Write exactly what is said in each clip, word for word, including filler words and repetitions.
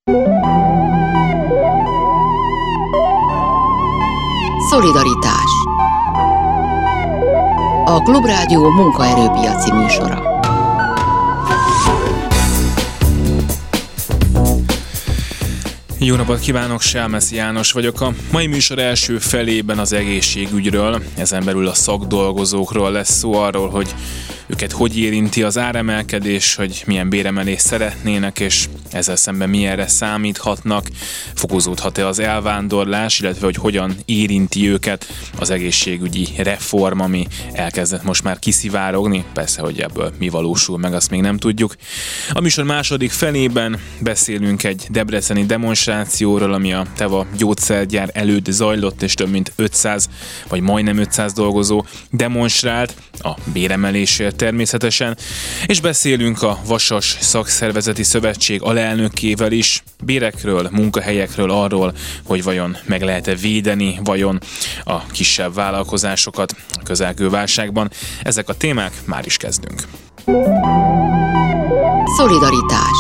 Szolidaritás. A Klubrádió munkaerőpiaci műsora. Jó napot kívánok, Selmeci János vagyok. A mai műsor első felében az egészségügyről, ezen belül a szakdolgozókról lesz szó, arról, hogy őket hogy érinti az áremelkedés, hogy milyen béremelést szeretnének, és ezzel szemben milyenre számíthatnak, fokozódhat-e az elvándorlás, illetve hogy hogyan érinti őket az egészségügyi reform, ami elkezdett most már kiszivárogni. Persze, hogy ebből mi valósul meg, azt még nem tudjuk. A műsor második felében beszélünk egy debreceni demonstrációról, ami a Teva gyógyszergyár előtt zajlott, és több mint ötszáz, vagy majdnem ötszáz dolgozó demonstrált a béremelésért természetesen, és beszélünk a Vasas Szakszervezeti Szövetség alelnökével is, bérekről, munkahelyekről, arról, hogy vajon meg lehet-e védeni, vajon a kisebb vállalkozásokat a közelgő válságban. Ezek a témák, már is kezdünk. Szolidaritás.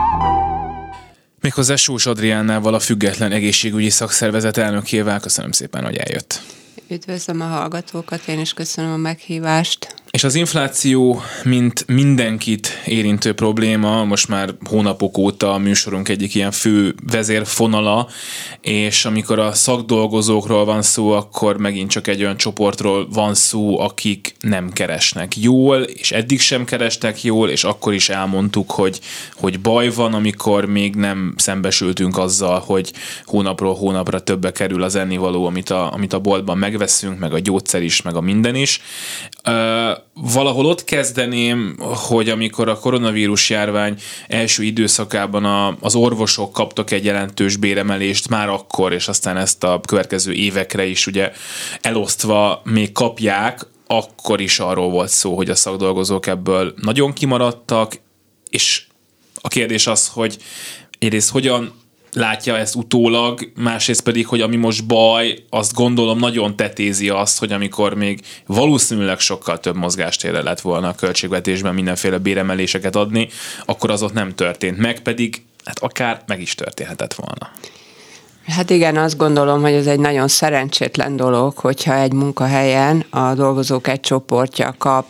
Méghozzá Sós Adriánnával, a Független Egészségügyi Szakszervezet elnökével. Köszönöm szépen, hogy eljött. Üdvözlöm a hallgatókat, én is köszönöm a meghívást. És az infláció, mint mindenkit érintő probléma, most már hónapok óta a műsorunk egyik ilyen fő vezérfonala, és amikor a szakdolgozókról van szó, akkor megint csak egy olyan csoportról van szó, akik nem keresnek jól, és eddig sem kerestek jól, és akkor is elmondtuk, hogy, hogy baj van, amikor még nem szembesültünk azzal, hogy hónapról hónapra többe kerül az ennivaló, amit a, amit a boltban megveszünk, meg a gyógyszer is, meg a minden is. Uh, valahol ott kezdeném, hogy amikor a koronavírus járvány első időszakában a, az orvosok kaptak egy jelentős béremelést már akkor, és aztán ezt a következő évekre is ugye elosztva még kapják, akkor is arról volt szó, hogy a szakdolgozók ebből nagyon kimaradtak, és a kérdés az, hogy egyrészt hogyan látja ezt utólag, másrészt pedig, hogy ami most baj, azt gondolom nagyon tetézi azt, hogy amikor még valószínűleg sokkal több mozgástérre lett volna a költségvetésben mindenféle béremeléseket adni, akkor az ott nem történt meg, pedig hát akár meg is történhetett volna. Hát igen, azt gondolom, hogy ez egy nagyon szerencsétlen dolog, hogyha egy munkahelyen a dolgozók egy csoportja kap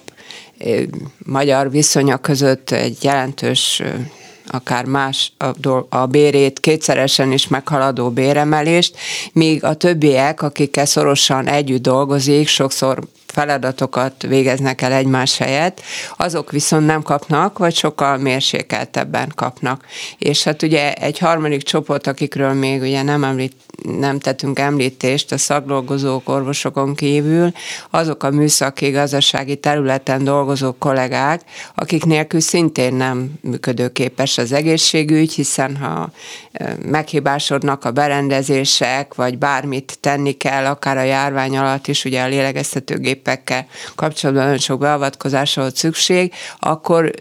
magyar viszonyok között egy jelentős, akár más a, a bérét kétszeresen is meghaladó béremelést, míg a többiek, akikkel szorosan együtt dolgozik, sokszor feladatokat végeznek el egymás helyett, azok viszont nem kapnak, vagy sokkal mérsékeltebben kapnak. És hát ugye egy harmadik csoport, akikről még ugye nem, említ, nem tettünk említést, a szakdolgozók, orvosokon kívül, azok a műszaki, gazdasági területen dolgozó kollégák, akik nélkül szintén nem működőképes az egészségügy, hiszen ha meghibásodnak a berendezések, vagy bármit tenni kell, akár a járvány alatt is, ugye a lélegeztetőgépekkel kapcsolatban nagyon sok beavatkozásra volt szükség, akkor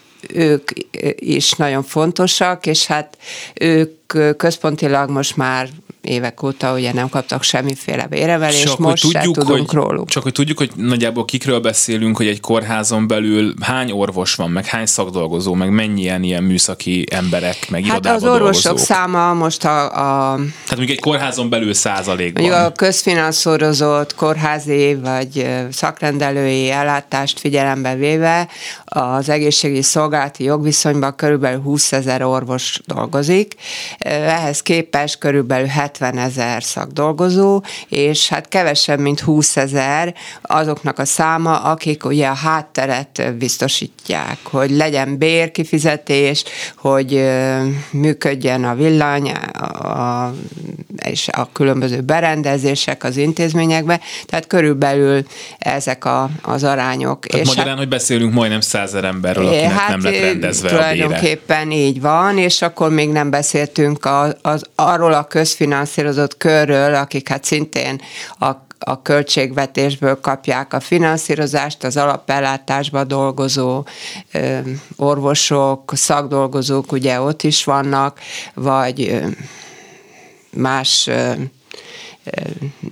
ők is nagyon fontosak, és hát ők központilag most már évek óta ugye nem kaptak semmiféle béremelést, most tudjuk, se tudunk hogy, róluk. Csak hogy tudjuk, hogy nagyjából kikről beszélünk, hogy egy kórházon belül hány orvos van, meg hány szakdolgozó, meg mennyien ilyen műszaki emberek, meg hát irodában az orvosok dolgozók. száma most a... a hát mondjuk egy kórházon belül százalékban. A közfinanszírozott kórházi vagy szakrendelői ellátást figyelembe véve az egészségügyi szolgálati jogviszonyban körülbelül húszezer orvos dolgozik. Ehhez képest körülbelül hetvenezer szakdolgozó, és hát kevesebb, mint húszezer azoknak a száma, akik ugye a hátteret biztosítják, hogy legyen bérkifizetés, hogy működjen a villany, a, és a különböző berendezések az intézményekbe, tehát körülbelül ezek a, az arányok. Tehát és magyarán, hát, hogy beszélünk majdnem százezer emberről, akinek hát nem lett rendezve a bére. Tulajdonképpen így van, és akkor még nem beszéltünk a, az, arról a közfinanszírozott körről, akik hát szintén a a költségvetésből kapják a finanszírozást, az alapellátásban dolgozó ö, orvosok, szakdolgozók ugye ott is vannak, vagy ö, más ö, ö,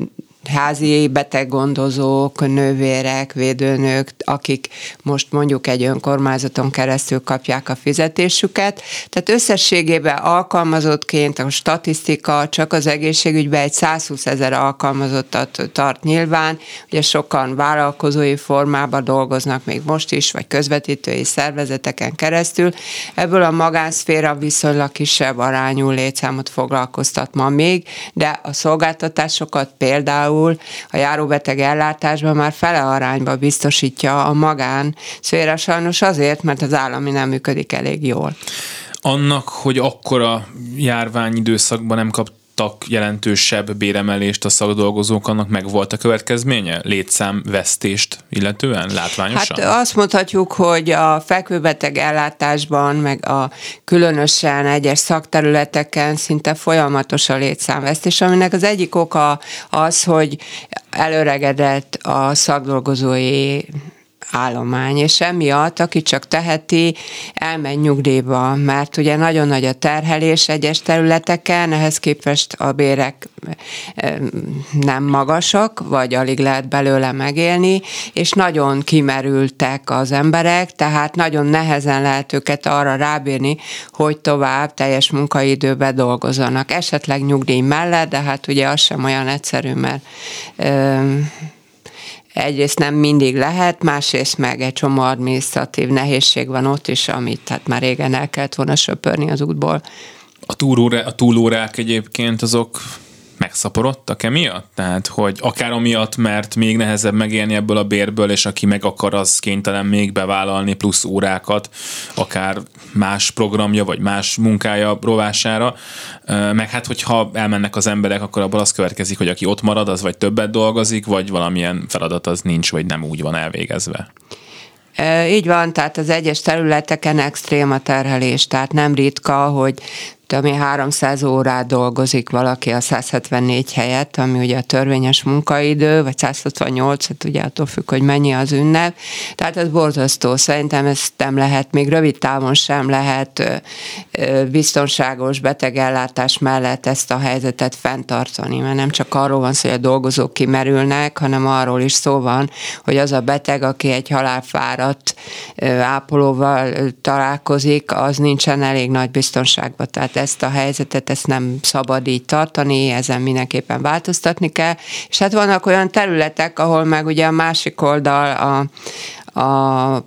házi beteggondozók, nővérek, védőnők, akik most mondjuk egy önkormányzaton keresztül kapják a fizetésüket. Tehát összességében alkalmazottként a statisztika csak az egészségügyben egy százhúsz ezer alkalmazottat tart nyilván. Ugye sokan vállalkozói formában dolgoznak még most is, vagy közvetítői szervezeteken keresztül. Ebből a magánszféra viszonylag kisebb arányú létszámot foglalkoztat ma még, de a szolgáltatásokat például a járóbeteg ellátásban már fele arányba biztosítja a magánszféra, sajnos azért, mert az állami nem működik elég jól. Annak, hogy akkora járványidőszakban nem kaptak jelentősebb béremelést a szakdolgozók, annak meg volt a következménye? Létszámvesztést illetően, látványosan? Hát azt mondhatjuk, hogy a fekvőbeteg ellátásban, meg a különösen egyes szakterületeken szinte folyamatos a létszámvesztés, aminek az egyik oka az, hogy előregedett a szakdolgozói állomány, és emiatt, aki csak teheti, elmegy nyugdíjba, mert ugye nagyon nagy a terhelés egyes területeken, ehhez képest a bérek nem magasak, vagy alig lehet belőle megélni, és nagyon kimerültek az emberek, tehát nagyon nehezen lehet őket arra rábírni, hogy tovább teljes munkaidőben dolgozzanak. Esetleg nyugdíj mellett, de hát ugye az sem olyan egyszerű, mert egyrészt nem mindig lehet, másrészt meg egy csomó adminisztratív nehézség van ott is, amit hát már régen el kellett volna söpörni az útból. A, túlórá, a túlórák egyébként azok megszaporodtak emiatt? Tehát, hogy akár amiatt, mert még nehezebb megélni ebből a bérből, és aki meg akar, az kénytelen még bevállalni plusz órákat, akár más programja, vagy más munkája rovására. Meg hát, hogyha elmennek az emberek, akkor abból az következik, hogy aki ott marad, az vagy többet dolgozik, vagy valamilyen feladat az nincs, vagy nem úgy van elvégezve. Így van, tehát az egyes területeken extrém a terhelés, tehát nem ritka, hogy ami háromszáz órát dolgozik valaki a száz hetvennégy helyett, ami ugye a törvényes munkaidő, vagy száz hatvannyolc, hát ugye attól függ, hogy mennyi az ünnep. Tehát ez borzasztó. Szerintem ezt nem lehet, még rövid távon sem lehet biztonságos betegellátás mellett ezt a helyzetet fenntartani, mert nem csak arról van szó, hogy a dolgozók kimerülnek, hanem arról is szó van, hogy az a beteg, aki egy halálfáradt ápolóval találkozik, az nincsen elég nagy biztonságban. Tehát ezt a helyzetet, ezt nem szabad így tartani, ezen mindenképpen változtatni kell. És hát vannak olyan területek, ahol meg ugye a másik oldal a, a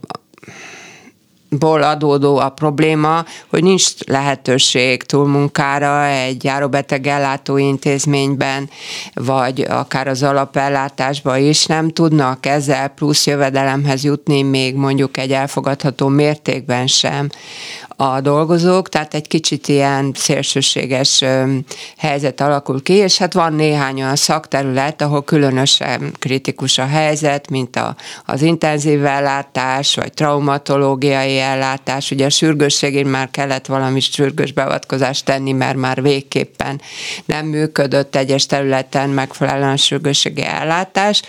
ból adódó a probléma, hogy nincs lehetőség túlmunkára egy járóbeteg ellátó intézményben, vagy akár az alapellátásban is nem tudnak ezzel plusz jövedelemhez jutni, még mondjuk egy elfogadható mértékben sem a dolgozók, tehát egy kicsit ilyen szélsőséges helyzet alakul ki, és hát van néhány olyan szakterület, ahol különösen kritikus a helyzet, mint a, az intenzív ellátás, vagy traumatológiai ellátás. Ugye a sürgősségén már kellett valami sürgős beavatkozást tenni, mert már végképpen nem működött egyes területen megfelelően a sürgősségi ellátás.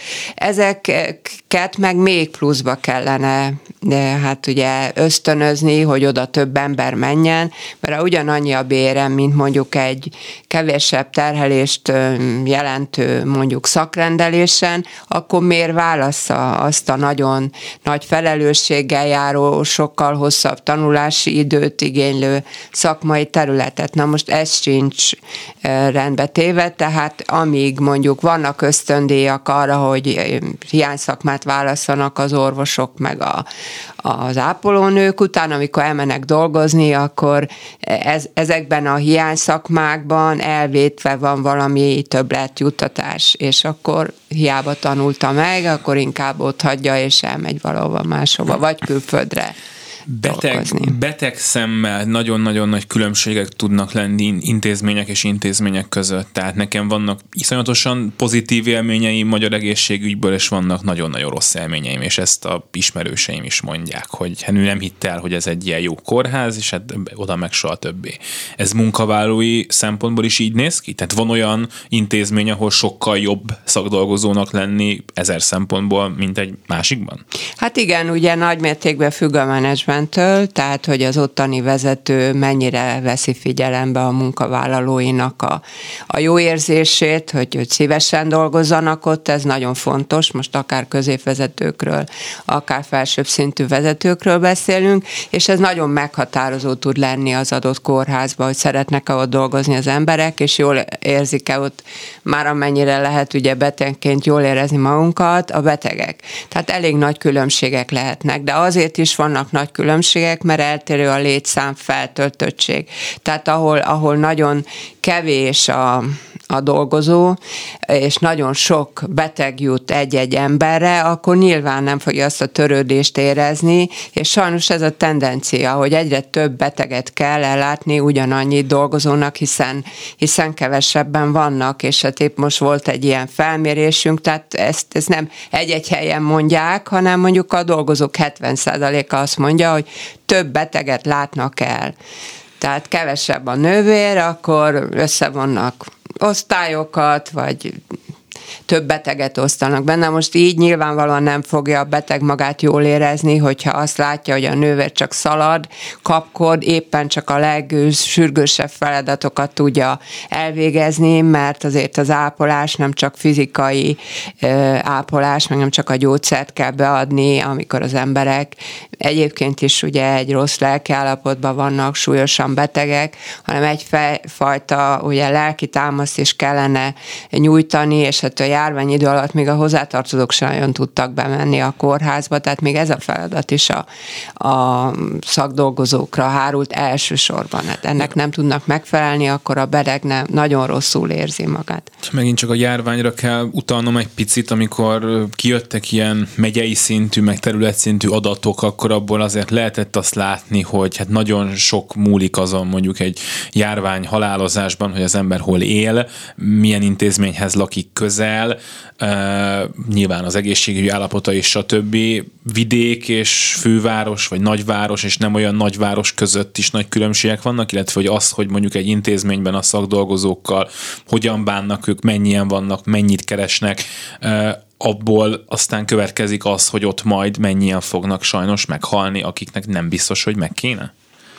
Ezeket meg még pluszba kellene de hát ugye ösztönözni, hogy oda több ember menjen, mert ugyanannyi a bérem, mint mondjuk egy kevesebb terhelést jelentő mondjuk szakrendelésen, akkor miért válassza azt a nagyon nagy felelősséggel járó, sokkal hosszabb tanulási időt igénylő szakmai területet. Na most ez sincs rendbe téve, tehát amíg mondjuk vannak ösztöndíjak arra, hogy hiányszakmát válasszanak az orvosok meg a az ápolónők után, amikor elmennek dolgozni, akkor ez, ezekben a hiány szakmákban elvétve van valami többletjuttatás, és akkor hiába tanulta meg, akkor inkább ott hagyja, és elmegy valahova máshova, vagy külföldre. Beteg, beteg szemmel nagyon-nagyon nagy különbségek tudnak lenni intézmények és intézmények között. Tehát nekem vannak iszonyatosan pozitív élményeim magyar egészségügyből, és vannak nagyon-nagyon rossz élményeim, és ezt a ismerőseim is mondják, hogy hát ő nem hitt el, hogy ez egy ilyen jó kórház, és hát oda meg soha többé. Ez munkavállalói szempontból is így néz ki? Tehát van olyan intézmény, ahol sokkal jobb szakdolgozónak lenni ezer szempontból, mint egy másikban? Hát igen, ugye nagy mértékben függ a menedzsment menedzsmenttől, tehát hogy az ottani vezető mennyire veszi figyelembe a munkavállalóinak a, a jó érzését, hogy, hogy szívesen dolgozzanak ott, ez nagyon fontos, most akár középvezetőkről, akár felsőbb szintű vezetőkről beszélünk, és ez nagyon meghatározó tud lenni az adott kórházban, hogy szeretnek-e ott dolgozni az emberek, és jól érzik-e ott már amennyire lehet ugye betegként jól érezni magunkat a betegek. Tehát elég nagy különbségek lehetnek, de azért is vannak nagy különbségek, mert eltérő a létszám, feltöltöttség. Tehát ahol, ahol nagyon kevés a a dolgozó, és nagyon sok beteg jut egy-egy emberre, akkor nyilván nem fogja azt a törődést érezni, és sajnos ez a tendencia, hogy egyre több beteget kell ellátni ugyanannyi dolgozónak, hiszen, hiszen kevesebben vannak, és hát épp most volt egy ilyen felmérésünk, tehát ezt, ezt nem egy-egy helyen mondják, hanem mondjuk a dolgozók hetven százaléka azt mondja, hogy több beteget látnak el. Tehát kevesebb a nővér, akkor összevonnak osztályokat, vagy több beteget osztanak benne. Most így nyilvánvalóan nem fogja a beteg magát jól érezni, hogyha azt látja, hogy a nővér csak szalad, kapkod, éppen csak a legsürgősebb feladatokat tudja elvégezni, mert azért az ápolás nem csak fizikai ápolás, meg nem csak a gyógyszert kell beadni, amikor az emberek egyébként is ugye egy rossz lelkiállapotban vannak, súlyosan betegek, hanem egyfajta ugye lelki támaszt is kellene nyújtani, és hát a járványidő alatt még a hozzátartozók sem nagyon tudtak bemenni a kórházba, tehát még ez a feladat is a, a szakdolgozókra hárult elsősorban. Hát ennek nem tudnak megfelelni, akkor a beteg nem, nagyon rosszul érzi magát. Megint csak a járványra kell utalnom egy picit, amikor kijöttek ilyen megyei szintű, meg területszintű adatok, akkor abból azért lehetett azt látni, hogy hát nagyon sok múlik azon mondjuk egy járvány halálozásban, hogy az ember hol él, milyen intézményhez lakik közel, uh, nyilván az egészségügyi állapota és stb. Vidék és főváros, vagy nagyváros és nem olyan nagyváros között is nagy különbségek vannak, illetve hogy az, hogy mondjuk egy intézményben a szakdolgozókkal hogyan bánnak ők, mennyien vannak, mennyit keresnek, uh, abból aztán következik az, hogy ott majd mennyien fognak sajnos meghalni, akiknek nem biztos, hogy meg kéne?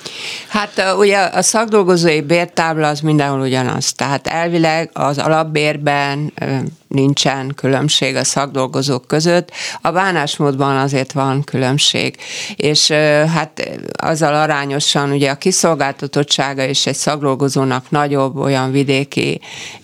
Hát ugye a szakdolgozói bértábla az mindenhol ugyanaz. Tehát elvileg az alapbérben nincsen különbség a szakdolgozók között. A bánásmódban azért van különbség. És hát azzal arányosan ugye a kiszolgáltatottsága is egy szakdolgozónak nagyobb, olyan vidéki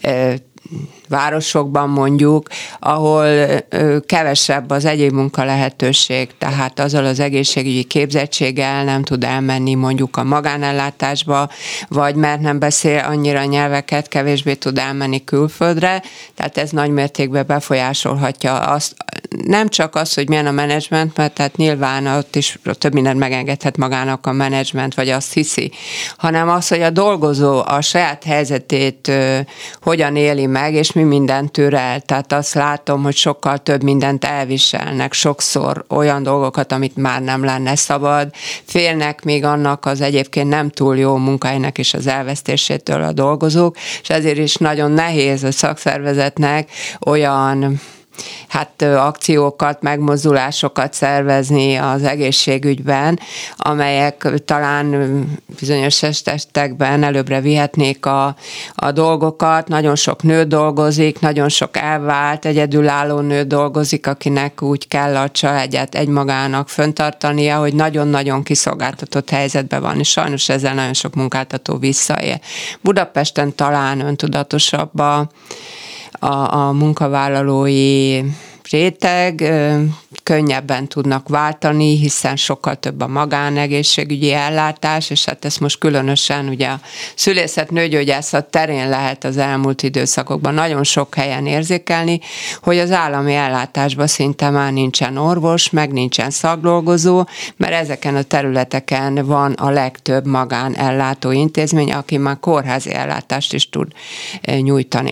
városokban mondjuk, ahol kevesebb az egyéb munka lehetőség, tehát azzal az egészségügyi képzettséggel nem tud elmenni mondjuk a magánellátásba, vagy mert nem beszél annyira nyelveket, kevésbé tud elmenni külföldre, tehát ez nagy mértékben befolyásolhatja azt, nem csak az, hogy milyen a menedzsment, mert tehát nyilván ott is több mindent megengedhet magának a menedzsment, vagy azt hiszi, hanem az, hogy a dolgozó a saját helyzetét ö, hogyan éli meg, és mi mindent tűr el. Tehát azt látom, hogy sokkal több mindent elviselnek, sokszor olyan dolgokat, amit már nem lenne szabad. Félnek még annak az egyébként nem túl jó munkahelynek is az elvesztésétől a dolgozók, és ezért is nagyon nehéz a szakszervezetnek olyan hát akciókat, megmozdulásokat szervezni az egészségügyben, amelyek talán bizonyos esetekben előbbre vihetnék a, a dolgokat. Nagyon sok nő dolgozik, nagyon sok elvált, egyedülálló nő dolgozik, akinek úgy kell a családját egymagának föntartania, hogy nagyon-nagyon kiszolgáltatott helyzetben van, és sajnos ezzel nagyon sok munkáltató visszaél. Budapesten talán öntudatosabb a A, a munkavállalói réteg, könnyebben tudnak váltani, hiszen sokkal több a magánegészségügyi ellátás, és hát ezt most különösen ugye a szülészet, nőgyógyászat terén lehet az elmúlt időszakokban nagyon sok helyen érzékelni, hogy az állami ellátásban szinte már nincsen orvos, meg nincsen szakdolgozó, mert ezeken a területeken van a legtöbb magánellátó intézmény, aki már kórházi ellátást is tud nyújtani.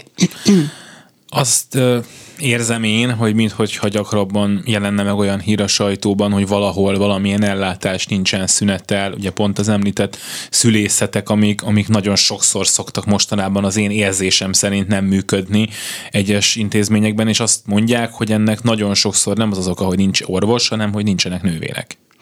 Azt ö, érzem én, hogy minthogyha gyakrabban jelenne meg olyan hír a sajtóban, hogy valahol valamilyen ellátás nincsen, szünetel, ugye pont az említett szülészetek, amik, amik nagyon sokszor szoktak mostanában az én érzésem szerint nem működni egyes intézményekben, és azt mondják, hogy ennek nagyon sokszor nem az az oka, hogy nincs orvos, hanem hogy nincsenek nővérek.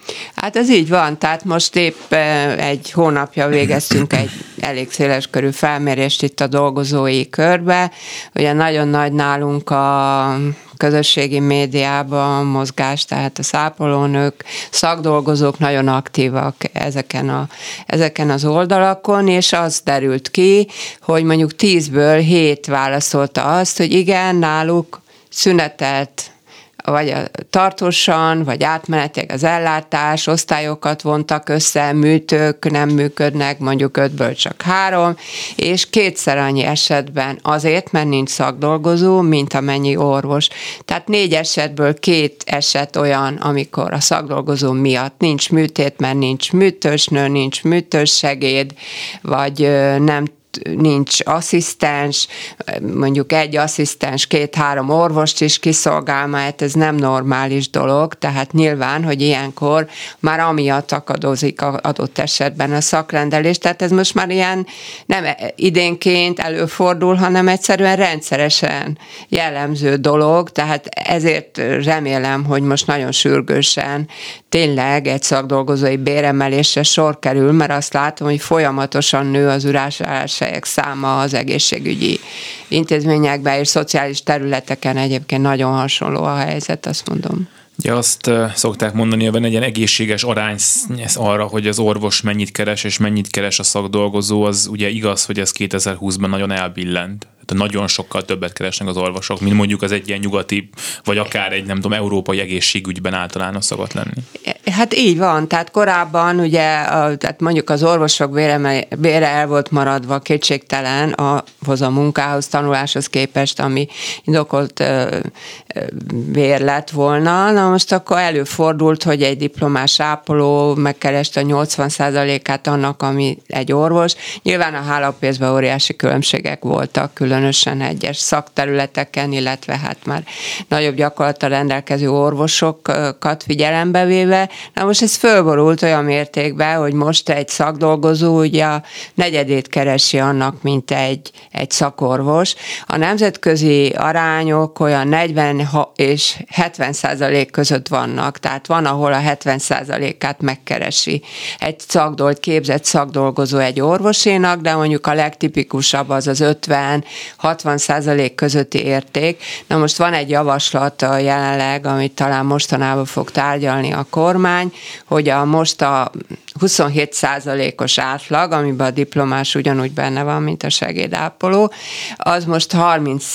Hát ez így van, tehát most épp egy hónapja végeztünk egy elég széleskörű felmérést itt a dolgozói körbe. Ugye nagyon nagy nálunk a közösségi médiában mozgás, tehát a szápolónők, szakdolgozók nagyon aktívak ezeken, a, ezeken az oldalakon, és az derült ki, hogy mondjuk tízből hét válaszolta azt, hogy igen, náluk szünetelt vagy tartósan, vagy átmenetileg az ellátás, osztályokat vontak össze, műtők nem működnek, mondjuk ötből csak három, és kétszer annyi esetben azért, mert nincs szakdolgozó, mint amennyi orvos. Tehát négy esetből két eset olyan, amikor a szakdolgozó miatt nincs műtét, mert nincs műtősnő, nincs műtőssegéd, vagy nem nincs asszisztens, mondjuk egy asszisztens, két-három orvost is kiszolgál, mert ez nem normális dolog, tehát nyilván, hogy ilyenkor már amiatt akadozik adott esetben a szakrendelés, tehát ez most már ilyen nem idénként előfordul, hanem egyszerűen rendszeresen jellemző dolog, tehát ezért remélem, hogy most nagyon sürgősen tényleg egy szakdolgozói béremelésre sor kerül, mert azt látom, hogy folyamatosan nő az üres álláshelyek száma az egészségügyi intézményekben és szociális területeken, egyébként nagyon hasonló a helyzet, azt mondom. Ugye azt szokták mondani, hogy van egy ilyen egészséges arány arra, hogy az orvos mennyit keres és mennyit keres a szakdolgozó, az ugye igaz, hogy ez kétezer-húszban nagyon elbillent. Nagyon sokkal többet keresnek az orvosok, mint mondjuk az egy ilyen nyugati, vagy akár egy, nem tudom, európai egészségügyben általános szokott lenni. Hát így van, tehát korábban ugye, a, tehát mondjuk az orvosok bére, bére el volt maradva kétségtelen ahhoz a munkához, tanuláshoz képest, ami indokolt ö, ö, bér lett volna. Na most akkor előfordult, hogy egy diplomás ápoló megkereste a nyolcvan százalékát annak, ami egy orvos. Nyilván a hálapénzben óriási különbségek voltak, különösen egyes szakterületeken, illetve hát már nagyobb gyakorlattal rendelkező orvosokat figyelembe véve. Na most ez fölborult olyan mértékben, hogy most egy szakdolgozó ugye a negyedét keresi annak, mint egy, egy szakorvos. A nemzetközi arányok olyan negyven és hetven százalék között vannak, tehát van, ahol a hetven százalékát megkeresi egy szakdol, képzett szakdolgozó egy orvosénak, de mondjuk a legtipikusabb az az ötven-hatvan százalék közötti érték. Na most van egy javaslat jelenleg, amit talán mostanában fog tárgyalni a kormány, hogy a most a huszonhét százalékos átlag, amiben a diplomás ugyanúgy benne van, mint a segédápoló, az most harminc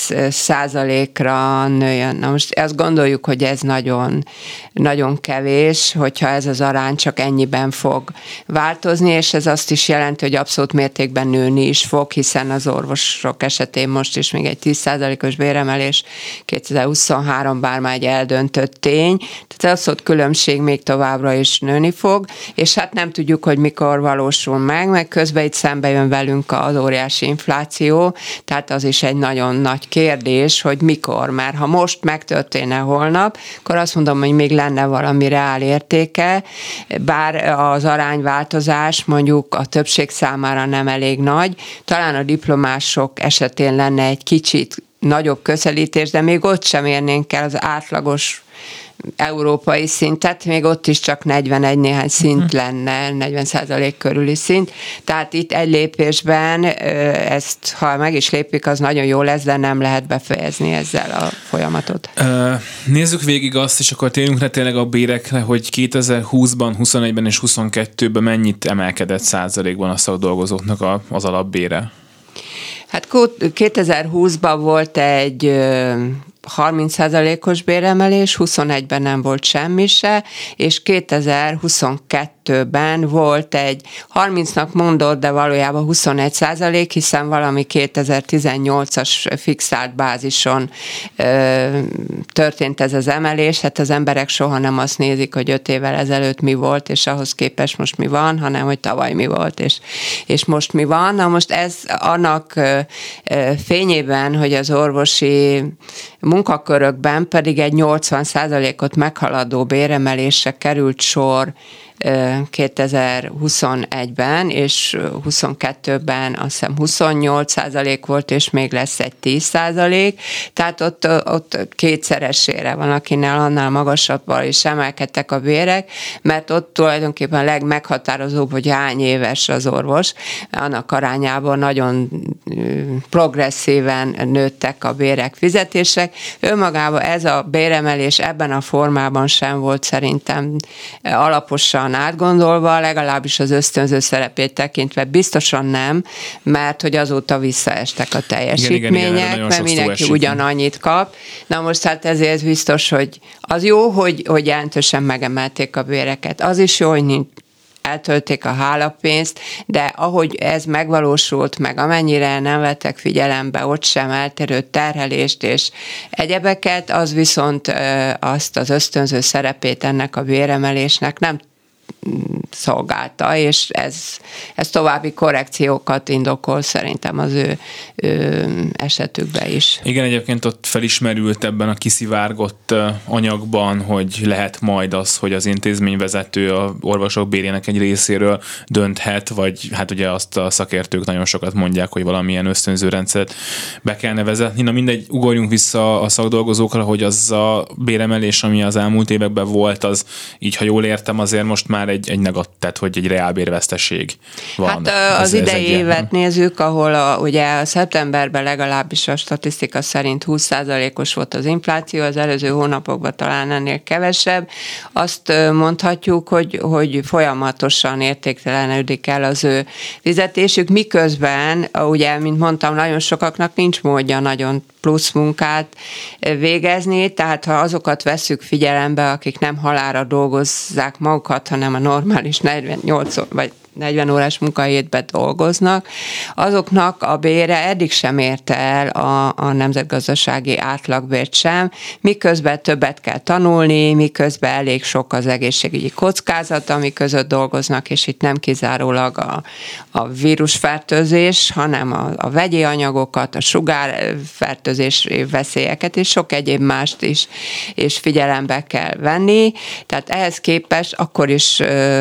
százalékra nőjön. Na most azt gondoljuk, hogy ez nagyon, nagyon kevés, hogyha ez az arány csak ennyiben fog változni, és ez azt is jelenti, hogy abszolút mértékben nőni is fog, hiszen az orvosok esetén most is még egy tíz százalékos béremelés kétezer-huszonhárom bár már egy eldöntött tény, tehát abszolút különbség még továbbra is nőni fog, és hát nem tudjuk, hogy mikor valósul meg, meg közben itt szembe jön velünk az óriási infláció, tehát az is egy nagyon nagy kérdés, hogy mikor, mert ha most megtörténne holnap, akkor azt mondom, hogy még lenne valami reál értéke, bár az arányváltozás mondjuk a többség számára nem elég nagy, talán a diplomások esetén lenne egy kicsit nagyobb közelítés, de még ott sem érnénk el az átlagos európai szintet, még ott is csak negyvenegy néhány szint lenne, negyven százalék körüli szint. Tehát itt egy lépésben ezt, ha meg is lépik, az nagyon jó lesz, de nem lehet befejezni ezzel a folyamatot. Nézzük végig azt, és akkor térjünk rá tényleg a bérekre, hogy kétezer-húszban, huszonegyben és huszonkettőben mennyit emelkedett százalékban a szakdolgozóknak az alapbére? Hát kétezer-húszban volt egy harminc százalékos béremelés, huszonegyben nem volt semmi se, és kétezer-huszonkettőben volt egy harmincnak mondott, de valójában huszonegy százalék, hiszen valami kétezer-tizennyolcas fixált bázison ö, történt ez az emelés, hát az emberek soha nem azt nézik, hogy öt évvel ezelőtt mi volt, és ahhoz képest most mi van, hanem hogy tavaly mi volt, és, és most mi van. Na most ez annak ö, ö, fényében, hogy az orvosi munkakörökben pedig egy nyolcvan százalékot meghaladó béremelésre került sor kétezer-huszonegyben, és huszonkettőben azt hiszem huszonnyolc százalék volt, és még lesz egy tíz százalék, tehát ott, ott kétszeresére van, akinél annál magasabban is emelkedtek a bérek, mert ott tulajdonképpen a legmeghatározóbb, hogy hány éves az orvos, annak arányában nagyon progresszíven nőttek a bérek, fizetések. Önmagában ez a béremelés ebben a formában sem volt szerintem alaposan átgondolva, legalábbis az ösztönző szerepét tekintve biztosan nem, mert hogy azóta visszaestek a teljesítmények, igen, igen, igen, mert mindenki ugyanannyit kap. Na most hát ezért biztos, hogy az jó, hogy, hogy jelentősen megemelték a béreket. Az is jó, hogy nincs eltölték a hálapénzt, de ahogy ez megvalósult, meg amennyire nem vettek figyelembe ott sem eltérő terhelést és egyebeket, az viszont azt az ösztönző szerepét ennek a béremelésnek nem szolgálta, és ez, ez további korrekciókat indokol szerintem az ő, ő esetükben is. Igen, egyébként ott felismerült ebben a kiszivárgott anyagban, hogy lehet majd az, hogy az intézményvezető a orvosok bérének egy részéről dönthet, vagy hát ugye azt a szakértők nagyon sokat mondják, hogy valamilyen ösztönző rendszert be kellene vezetni. Na mindegy, ugorjunk vissza a szakdolgozókra, hogy az a béremelés, ami az elmúlt években volt, az így, ha jól értem, azért most már egy, egy negat, tehát hogy egy reálbérveszteség van. Hát az ez, idei ez évet nézzük, ahol a, ugye a szeptemberben legalábbis a statisztika szerint húsz százalékos volt az infláció, az előző hónapokban talán ennél kevesebb. Azt mondhatjuk, hogy, hogy folyamatosan értéktelenedik el az ő fizetésük, miközben, ugye, mint mondtam, nagyon sokaknak nincs módja nagyon plusz munkát végezni, tehát ha azokat vesszük figyelembe, akik nem halálra dolgozzák magukat, hanem a normális negyvennyolc vagy negyven órás munkahétben dolgoznak, azoknak a bére eddig sem érte el a, a nemzetgazdasági átlagbért sem, miközben többet kell tanulni, miközben elég sok az egészségügyi kockázat, ami között dolgoznak, és itt nem kizárólag a, a vírusfertőzés, hanem a, a vegyi anyagokat, a sugárfertőzés veszélyeket, és sok egyéb mást is és figyelembe kell venni. Tehát ehhez képest akkor is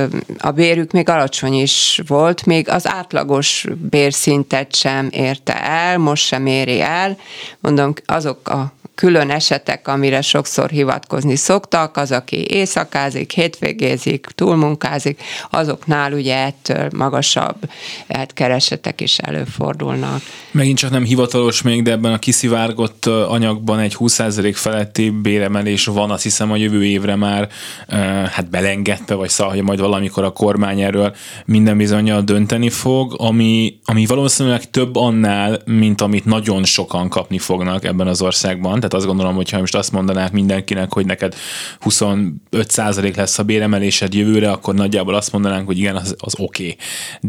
a bérük még alacsony is volt, még az átlagos bérszintet sem érte el, most sem éri el. Mondom, azok a külön esetek, amire sokszor hivatkozni szoktak, az, aki éjszakázik, hétvégézik, túlmunkázik, azoknál ugye ettől magasabb hát keresetek is előfordulnak. Megint csak nem hivatalos még, de ebben a kiszivárgott anyagban egy húsz százalék feletti béremelés van, azt hiszem a jövő évre már hát belengedte, vagy szóval, hogy majd valamikor a kormány erről minden bizonnyal dönteni fog, ami, ami valószínűleg több annál, mint amit nagyon sokan kapni fognak ebben az országban. Tehát azt gondolom, hogy ha most azt mondanák mindenkinek, hogy neked huszonöt százalék lesz a béremelésed jövőre, akkor nagyjából azt mondanánk, hogy igen, az, az oké. Okay.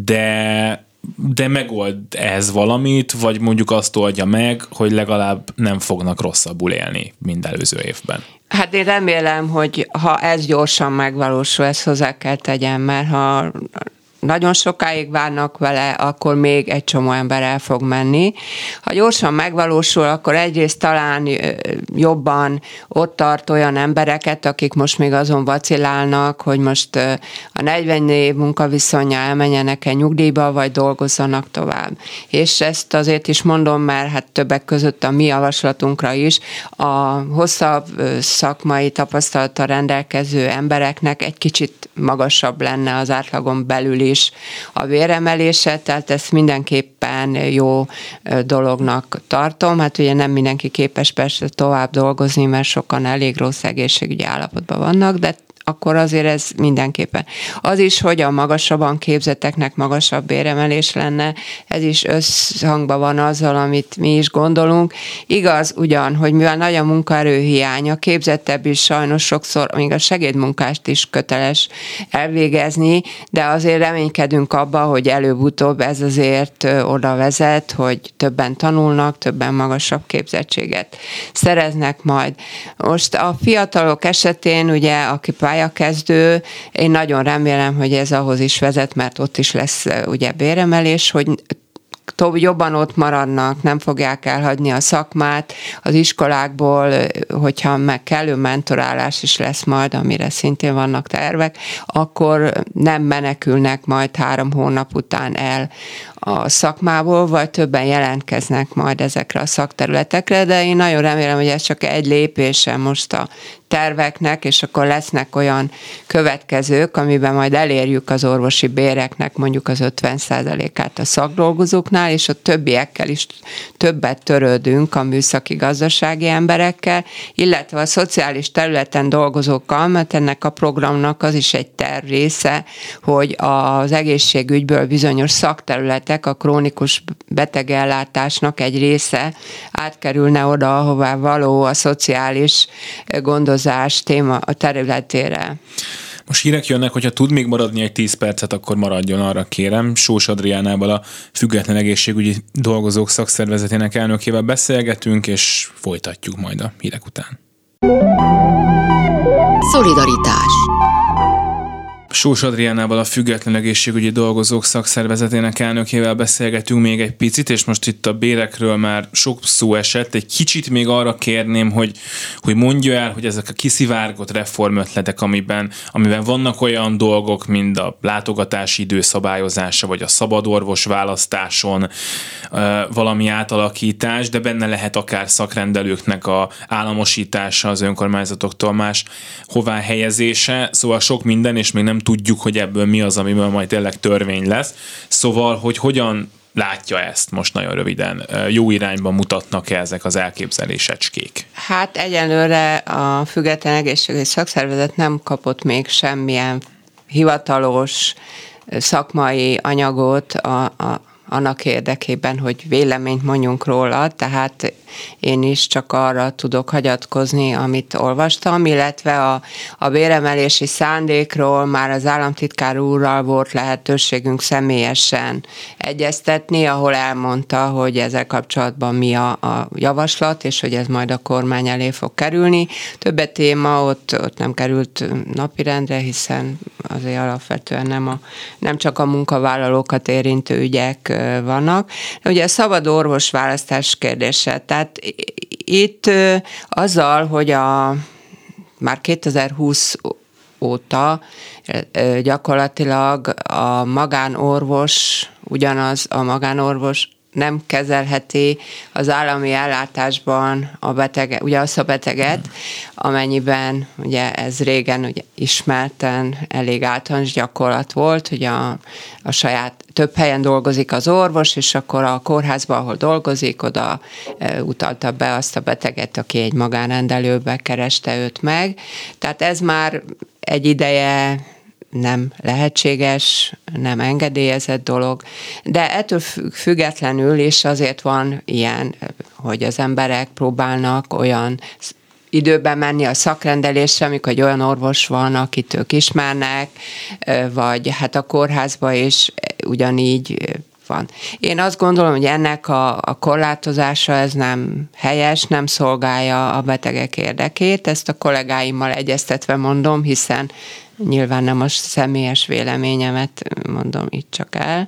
De de megold ez valamit, vagy mondjuk azt oldja meg, hogy legalább nem fognak rosszabbul élni, mint előző évben. Hát én remélem, hogy ha ez gyorsan megvalósul, ezt hozzá kell tegyem, mert ha nagyon sokáig várnak vele, akkor még egy csomó ember el fog menni. Ha gyorsan megvalósul, akkor egyrészt talán jobban ott tart olyan embereket, akik most még azon vacillálnak, hogy most a negyven év munkaviszonya elmenjenek egy nyugdíjba, vagy dolgozzanak tovább. És ezt azért is mondom, mert hát többek között a mi javaslatunkra is a hosszabb szakmai tapasztalattal rendelkező embereknek egy kicsit magasabb lenne az átlagon belül is a béremelése, tehát ezt mindenképpen jó dolognak tartom. Hát ugye nem mindenki képes persze tovább dolgozni, mert sokan elég rossz egészségügyi állapotban vannak, de akkor azért ez mindenképpen. Az is, hogy a magasabban képzetteknek magasabb béremelés lenne, ez is összhangban van azzal, amit mi is gondolunk. Igaz ugyan, hogy mivel nagy a munkaerőhiány, a képzettebb is sajnos sokszor, még a segédmunkást is köteles elvégezni, de azért reménykedünk abba, hogy előbb-utóbb ez azért oda vezet, hogy többen tanulnak, többen magasabb képzettséget szereznek majd. Most a fiatalok esetén, ugye, aki pályakezdő, én nagyon remélem, hogy ez ahhoz is vezet, mert ott is lesz ugye béremelés, hogy jobban ott maradnak, nem fogják elhagyni a szakmát, az iskolákból, hogyha meg kellő mentorálás is lesz majd, amire szintén vannak tervek, akkor nem menekülnek majd három hónap után el a szakmából, vagy többen jelentkeznek majd ezekre a szakterületekre, de én nagyon remélem, hogy ez csak egy lépése most a terveknek, és akkor lesznek olyan következők, amiben majd elérjük az orvosi béreknek mondjuk az ötven százalékát a szakdolgozóknál, és a többiekkel is többet törődünk, a műszaki gazdasági emberekkel, illetve a szociális területen dolgozókkal, mert ennek a programnak az is egy terv része, hogy az egészségügyből bizonyos szakterületek, a krónikus betegellátásnak egy része átkerülne oda, ahová való a szociális gondozás téma a területére. Most hírek jönnek, hogyha tud még maradni egy tíz percet, akkor maradjon, arra kérem. Sós Adriánával, a Független Egészségügyi Dolgozók Szakszervezetének elnökével beszélgetünk, és folytatjuk majd a hírek után. Szolidaritás. Sós Adriánával, a Független Egészségügyi Dolgozók Szakszervezetének elnökével beszélgetünk még egy picit, és most itt a bérekről már sok szó esett. Egy kicsit még arra kérném, hogy, hogy mondja el, hogy ezek a kiszivárgott reformötletek, amiben, amiben vannak olyan dolgok, mint a látogatási idő szabályozása, vagy a szabadorvos választáson valami átalakítás, de benne lehet akár szakrendelőknek a államosítása, az önkormányzatoktól más hová helyezése, szóval sok minden, és még nem tudjuk, hogy ebből mi az, amiből majd tényleg törvény lesz. Szóval, hogy hogyan látja ezt most nagyon röviden? Jó irányba mutatnak-e ezek az elképzelésecskék? Hát egyelőre a Független Egészségügyi Szakszervezet nem kapott még semmilyen hivatalos szakmai anyagot a, a annak érdekében, hogy véleményt mondjunk róla, tehát én is csak arra tudok hagyatkozni, amit olvastam, illetve a, a béremelési szándékról már az államtitkár úrral volt lehetőségünk személyesen egyeztetni, ahol elmondta, hogy ezzel kapcsolatban mi a, a javaslat, és hogy ez majd a kormány elé fog kerülni. Többet téma ott, ott nem került napirendre, hiszen azért alapvetően nem, a, nem csak a munkavállalókat érintő ügyek vannak. De ugye a szabad orvos választás kérdése, tehát itt azzal, hogy a már kétezer-húsz óta gyakorlatilag a magánorvos, ugyanaz a magánorvos nem kezelheti az állami ellátásban a betege, ugye azt a beteget, amennyiben ugye ez régen ugye ismerten elég általános gyakorlat volt, hogy a, a saját több helyen dolgozik az orvos, és akkor a kórházban, ahol dolgozik, oda e, utalta be azt a beteget, aki egy magánrendelőbe kereste őt meg. Tehát ez már egy ideje nem lehetséges, nem engedélyezett dolog, de ettől függetlenül is azért van ilyen, hogy az emberek próbálnak olyan időben menni a szakrendelésre, amikor egy olyan orvos van, akit ők ismernek, vagy hát a kórházban is ugyanígy van. Én azt gondolom, hogy ennek a, a korlátozása ez nem helyes, nem szolgálja a betegek érdekét, ezt a kollégáimmal egyeztetve mondom, hiszen nyilván nem a személyes véleményemet mondom itt csak el.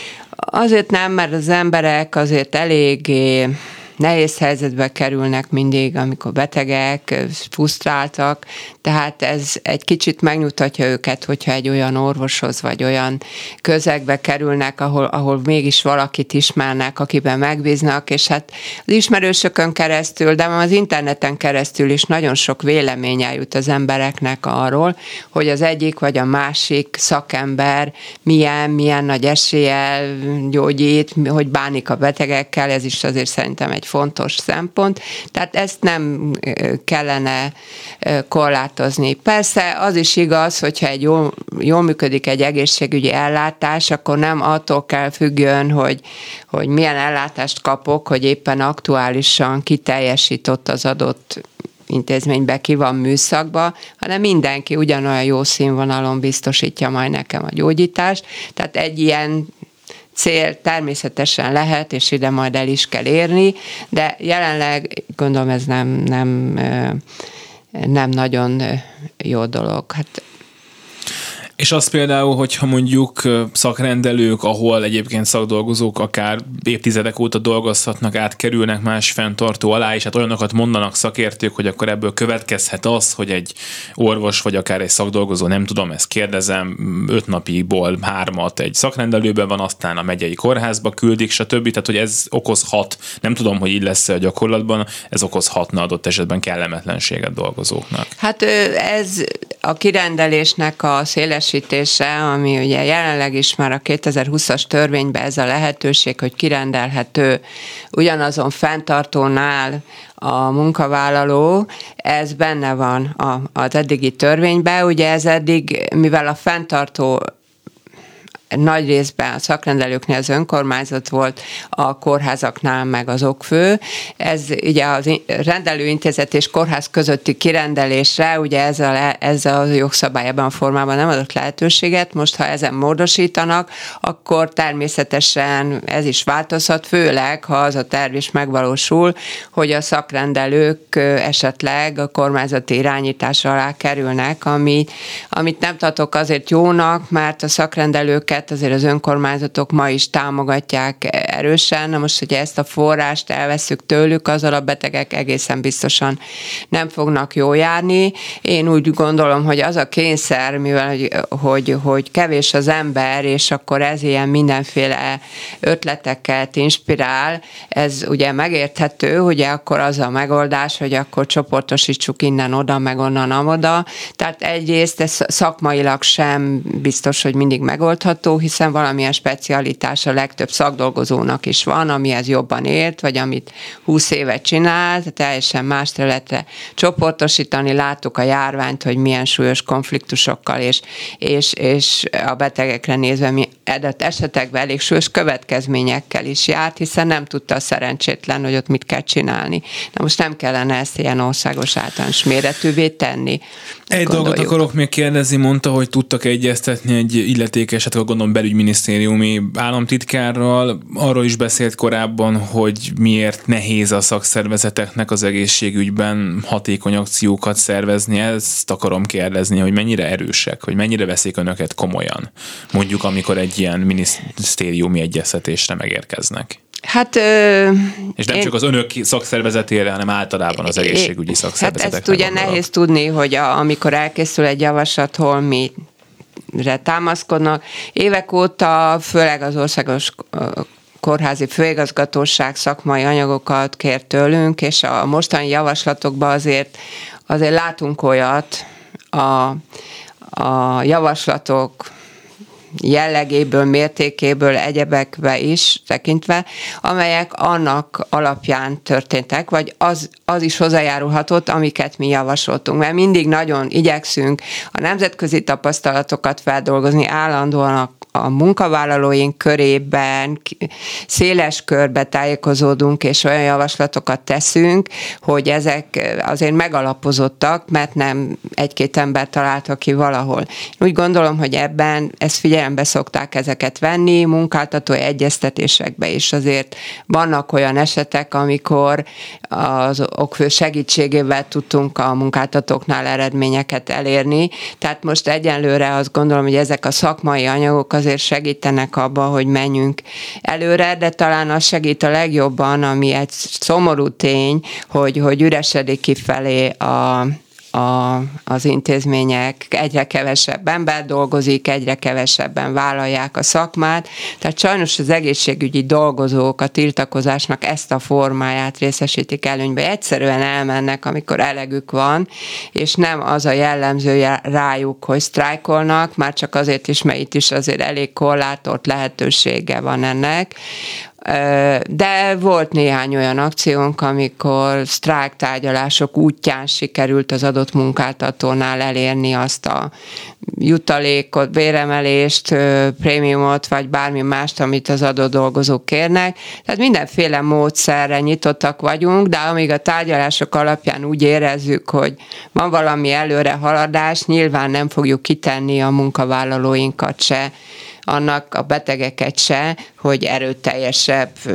Azért nem, mert az emberek azért eléggé nehéz helyzetbe kerülnek mindig, amikor betegek, frusztráltak, tehát ez egy kicsit megnyugtatja őket, hogyha egy olyan orvoshoz vagy olyan közegbe kerülnek, ahol, ahol mégis valakit ismernek, akiben megbíznak, és hát az ismerősökön keresztül, de az interneten keresztül is nagyon sok vélemény eljut az embereknek arról, hogy az egyik vagy a másik szakember milyen, milyen nagy eséllyel gyógyít, hogy bánik a betegekkel, ez is azért szerintem egy fontos szempont, tehát ezt nem kellene korlátozni. Persze az is igaz, hogyha egy jól, jól működik egy egészségügyi ellátás, akkor nem attól kell függjön, hogy, hogy milyen ellátást kapok, hogy éppen aktuálisan kiteljesított az adott intézménybe, ki van műszakba, hanem mindenki ugyanolyan jó színvonalon biztosítja majd nekem a gyógyítást. Tehát egy ilyen cél természetesen lehet, és ide majd el is kell érni, de jelenleg gondolom ez nem, nem, nem nagyon jó dolog. Hát És az például, hogyha mondjuk szakrendelők, ahol egyébként szakdolgozók akár évtizedek óta dolgozhatnak, átkerülnek más fenntartó alá, és hát olyanokat mondanak szakértők, hogy akkor ebből következhet az, hogy egy orvos vagy akár egy szakdolgozó, nem tudom, ezt kérdezem, öt napiból hármat egy szakrendelőben van, aztán a megyei kórházba küldik, stb. Tehát, hogy ez okozhat, nem tudom, hogy így lesz a gyakorlatban, ez okozhatna adott esetben kellemetlenséget dolgozóknak. Hát ez a kirendelésnek a szélesítése, ami ugye jelenleg is már a kétezer-húszas törvényben ez a lehetőség, hogy kirendelhető ugyanazon fenntartónál a munkavállaló, ez benne van a, az eddigi törvényben. Ugye ez eddig, mivel a fenntartó nagy részben a szakrendelőknél az önkormányzat volt, a kórházaknál meg az okfő. Ez ugye az rendelőintézet és kórház közötti kirendelésre, ugye ez a, ez a jogszabály ebben a formában nem adott lehetőséget. Most, ha ezen módosítanak, akkor természetesen ez is változhat, főleg, ha az a terv is megvalósul, hogy a szakrendelők esetleg a kormányzati irányítás alá kerülnek, ami, amit nem tartok azért jónak, mert a szakrendelőket azért az önkormányzatok ma is támogatják erősen. Na most, hogyha ezt a forrást elveszük tőlük, azzal a betegek egészen biztosan nem fognak jól járni. Én úgy gondolom, hogy az a kényszer, mivel hogy, hogy, hogy kevés az ember, és akkor ez ilyen mindenféle ötleteket inspirál, ez ugye megérthető, ugye akkor az a megoldás, hogy akkor csoportosítsuk innen oda, meg onnan amoda. Tehát egyrészt ez szakmailag sem biztos, hogy mindig megoldható, hiszen valamilyen specialitás a legtöbb szakdolgozónak is van, amihez jobban ért, vagy amit húsz évet csinál, teljesen más területre csoportosítani. Láttuk a járványt, hogy milyen súlyos konfliktusokkal és, és, és a betegekre nézve mi adott esetekben elég súlyos következményekkel is járt, hiszen nem tudta a szerencsétlen, hogy ott mit kell csinálni. Na most nem kellene ezt ilyen országos általános méretűvé tenni. Egy dolgot akarok még kérdezni, mondta, hogy tudtak egyeztetni egy illetékeset, akkor gondolom belügyminisztériumi államtitkárral. Arról is beszélt korábban, hogy miért nehéz a szakszervezeteknek az egészségügyben hatékony akciókat szervezni. Ezt akarom kérdezni, hogy mennyire erősek, hogy mennyire veszik önöket komolyan. Mondjuk, amikor egy ilyen minisztériumi egyeztetésre megérkeznek. Hát, ö, és nem én, csak az önök szakszervezetére, hanem általában az egészségügyi szakszervezetekre. Hát ezt ugye gondolok. Nehéz tudni, hogy a, amikor elkészül egy javaslat, hol mire támaszkodnak. Évek óta, főleg az országos kórházi főigazgatóság szakmai anyagokat kér tőlünk, és a mostani javaslatokban azért, azért látunk olyat a, a javaslatok jellegéből, mértékéből, egyebekbe is tekintve, amelyek annak alapján történtek, vagy az, az is hozzájárulhatott, amiket mi javasoltunk. Mert mindig nagyon igyekszünk a nemzetközi tapasztalatokat feldolgozni, állandóan a a munkavállalóink körében széles körbe tájékozódunk, és olyan javaslatokat teszünk, hogy ezek azért megalapozottak, mert nem egy-két ember találta ki valahol. Úgy gondolom, hogy ebben ezt figyelembe szokták ezeket venni, munkáltatói egyeztetésekben is azért vannak olyan esetek, amikor az okfő segítségével tudtunk a munkáltatóknál eredményeket elérni. Tehát most egyenlőre azt gondolom, hogy ezek a szakmai anyagok azért segítenek abba, hogy menjünk előre, de talán az segít a legjobban, ami egy szomorú tény, hogy, hogy üresedik kifelé a A, az intézmények, egyre kevesebb ember dolgozik, egyre kevesebben vállalják a szakmát, tehát sajnos az egészségügyi dolgozók a tiltakozásnak ezt a formáját részesítik előnybe. Egyszerűen elmennek, amikor elegük van, és nem az a jellemző rájuk, hogy sztrájkolnak, már csak azért is, mert itt is azért elég korlátolt lehetősége van ennek. De volt néhány olyan akciónk, amikor sztrájktárgyalások útján sikerült az adott munkáltatónál elérni azt a jutalékot, béremelést, prémiumot, vagy bármi mást, amit az adott dolgozók kérnek. Tehát mindenféle módszerre nyitottak vagyunk, de amíg a tárgyalások alapján úgy érezzük, hogy van valami előre haladás, nyilván nem fogjuk kitenni a munkavállalóinkat se, annak a betegeket se, hogy erőteljesebb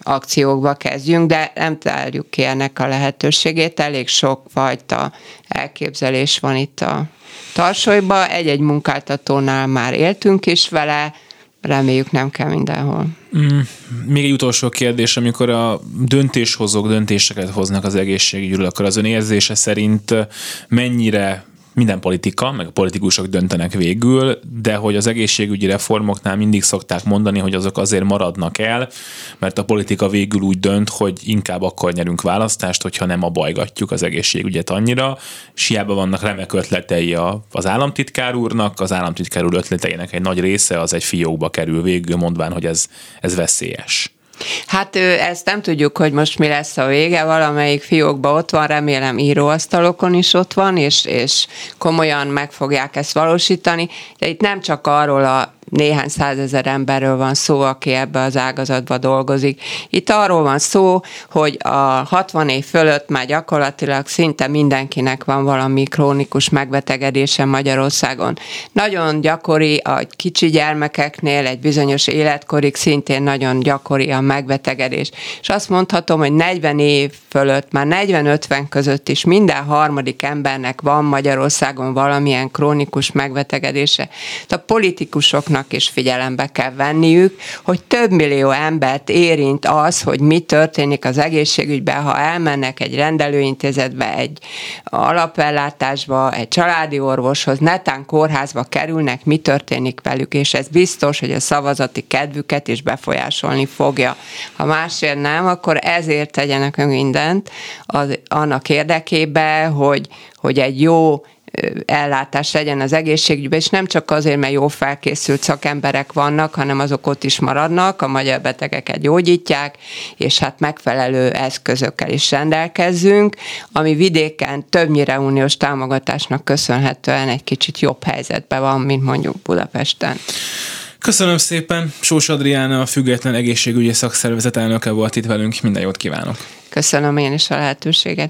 akciókba kezdjünk, de nem tárjuk ki ennek a lehetőségét. Elég sok fajta elképzelés van itt a tarsolyban. Egy-egy munkáltatónál már éltünk is vele, reméljük nem kell mindenhol. Mm, még egy utolsó kérdés, amikor a döntéshozók döntéseket hoznak az egészségügyről, akkor az ön érzése szerint mennyire minden politika, meg a politikusok döntenek végül, de hogy az egészségügyi reformoknál mindig szokták mondani, hogy azok azért maradnak el, mert a politika végül úgy dönt, hogy inkább akkor nyerünk választást, hogyha nem abajgatjuk az egészségügyet annyira, és hiába vannak remek ötletei az államtitkár úrnak, az államtitkár úr ötleteinek egy nagy része az egy fiókba kerül végül, mondván, hogy ez, ez veszélyes. Hát ezt nem tudjuk, hogy most mi lesz a vége, valamelyik fiókban ott van, remélem íróasztalokon is ott van, és, és komolyan meg fogják ezt valósítani, de itt nem csak arról a néhány százezer emberről van szó, aki ebbe az ágazatba dolgozik. Itt arról van szó, hogy a hatvan év fölött már gyakorlatilag szinte mindenkinek van valami krónikus megbetegedése Magyarországon. Nagyon gyakori a kicsi gyermekeknél, egy bizonyos életkorig szintén nagyon gyakori a megbetegedés. És azt mondhatom, hogy negyven év fölött, már negyven-ötven között is minden harmadik embernek van Magyarországon valamilyen krónikus megbetegedése. A politikusoknak is figyelembe kell venniük, hogy több millió embert érint az, hogy mi történik az egészségügyben, ha elmennek egy rendelőintézetbe, egy alapellátásba, egy családi orvoshoz, netán kórházba kerülnek, mi történik velük, és ez biztos, hogy a szavazati kedvüket is befolyásolni fogja. Ha másért nem, akkor ezért tegyenek mindent az, annak érdekében, hogy, hogy egy jó ellátás legyen az egészségügyben, és nem csak azért, mert jó felkészült szakemberek vannak, hanem azok ott is maradnak, a magyar betegeket gyógyítják, és hát megfelelő eszközökkel is rendelkezzünk, ami vidéken többnyire uniós támogatásnak köszönhetően egy kicsit jobb helyzetben van, mint mondjuk Budapesten. Köszönöm szépen, Sós Adriána, a Független Egészségügyi Szakszervezet elnöke volt itt velünk, minden jót kívánok! Köszönöm én is a lehetőséget!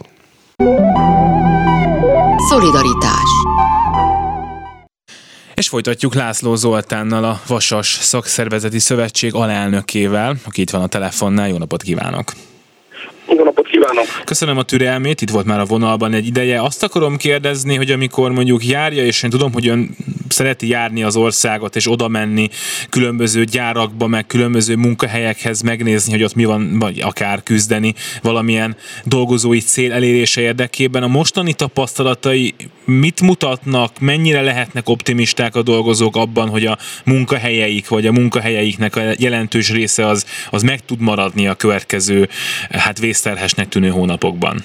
Szolidaritás. És folytatjuk László Zoltánnal, a Vasas Szakszervezeti Szövetség alelnökével, aki itt van a telefonnál. Jó napot kívánok! Jó napot kívánok! Köszönöm a türelmét, itt volt már a vonalban egy ideje. Azt akarom kérdezni, hogy amikor mondjuk járja, és én tudom, hogy ön szereti járni az országot, és oda menni különböző gyárakba, meg különböző munkahelyekhez megnézni, hogy ott mi van, vagy akár küzdeni valamilyen dolgozói cél elérése érdekében. A mostani tapasztalatai mit mutatnak, mennyire lehetnek optimisták a dolgozók abban, hogy a munkahelyeik, vagy a munkahelyeiknek a jelentős része az, az meg tud maradni a következő, hát vészterhesnek tűnő hónapokban?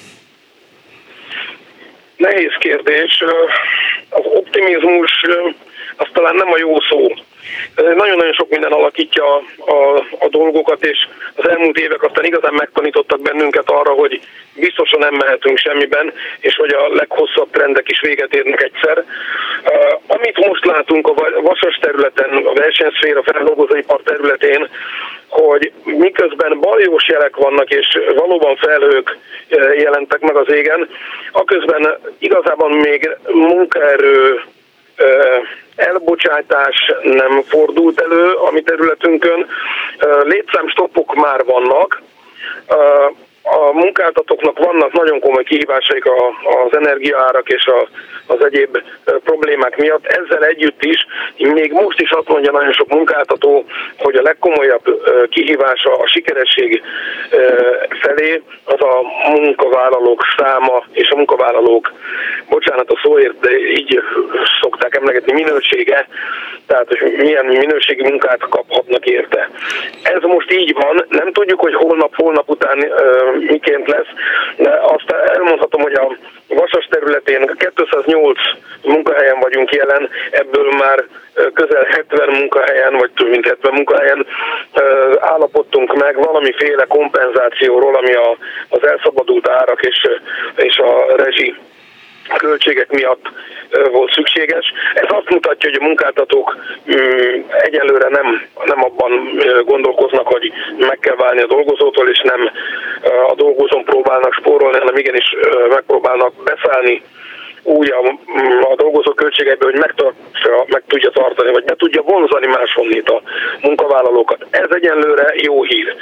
Nehéz kérdés. Az optimizmus az talán nem a jó szó. Nagyon-nagyon sok minden alakítja a, a, a dolgokat, és az elmúlt évek aztán igazán megtanítottak bennünket arra, hogy biztosan nem mehetünk semmiben, és hogy a leghosszabb trendek is véget érnek egyszer. Uh, amit most látunk a vasas területen, a versenyszféra, a feldolgozóipar területén, hogy miközben baljós jelek vannak, és valóban felhők jelentek meg az égen, aközben igazából még munkaerő elbocsátás nem fordult elő a mi területünkön. Létszámstoppok már vannak. A munkáltatóknak vannak nagyon komoly kihívásaik az energiaárak és a, az egyéb problémák miatt. Ezzel együtt is, még most is azt mondja nagyon sok munkáltató, hogy a legkomolyabb kihívása a sikeresség felé az a munkavállalók száma és a munkavállalók, bocsánat a szóért, de így szokták emlegetni, minősége, tehát hogy milyen minőségi munkát kaphatnak érte. Ez most így van, nem tudjuk, hogy holnap, holnap után miként lesz, de azt elmondhatom, hogy a Vasas területén kétszáznyolc munkahelyen vagyunk jelen, ebből már közel hetven munkahelyen, vagy több mint hetven munkahelyen állapodtunk meg valamiféle kompenzációról, ami a, az elszabadult árak és, és a rezsi költségek miatt volt szükséges. Ez azt mutatja, hogy a munkáltatók egyelőre nem, nem abban gondolkoznak, hogy meg kell válni a dolgozótól, és nem a dolgozón próbálnak spórolni, hanem igenis megpróbálnak beszállni úgy a, a dolgozó költségeiből, hogy megtartsa, meg tudja tartani, vagy be tudja vonzani máshonnét a munkavállalókat. Ez egyenlőre jó hír.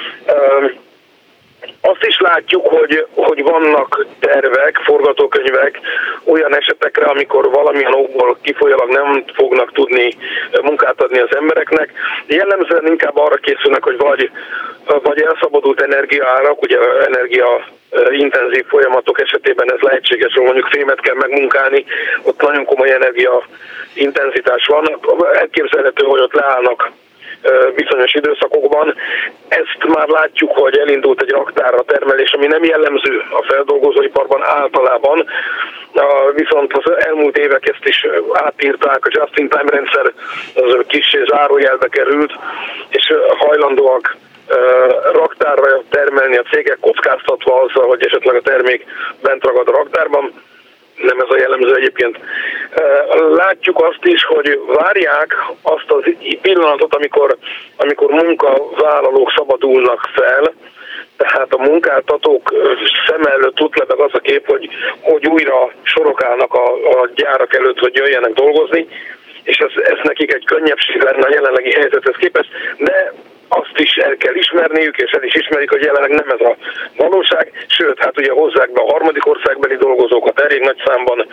Azt is látjuk, hogy, hogy vannak tervek, forgatókönyvek olyan esetekre, amikor valamilyen okból kifolyólag nem fognak tudni munkát adni az embereknek. Jellemzően inkább arra készülnek, hogy vagy, vagy elszabadult energiaárak, ugye energia intenzív folyamatok esetében ez lehetséges, hogy mondjuk fémet kell megmunkálni, ott nagyon komoly energia intenzitás van. Elképzelhető, hogy ott leállnak bizonyos időszakokban. Ezt már látjuk, hogy elindult egy raktárra termelés, ami nem jellemző a feldolgozóiparban általában, viszont az elmúlt évek ezt is átírták, a just-in-time rendszer az kis zárójelbe került, és hajlandóak raktárra termelni a cégek, kockáztatva azzal, hogy esetleg a termék bent ragad a raktárban. Nem ez a jellemző egyébként. Látjuk azt is, hogy várják azt az pillanatot, amikor, amikor munkavállalók szabadulnak fel, tehát a munkáltatók szem előtt út lebeg az a kép, hogy, hogy újra sorok állnak a, a gyárak előtt, hogy jöjjenek dolgozni, és ez, ez nekik egy könnyebbség lenne a jelenlegi helyzethez képest, de azt is el kell ismerniük, és el is ismerik, hogy jelenleg nem ez a valóság, sőt, hát ugye hozzák be a harmadik országbeli dolgozókat elég nagy számban,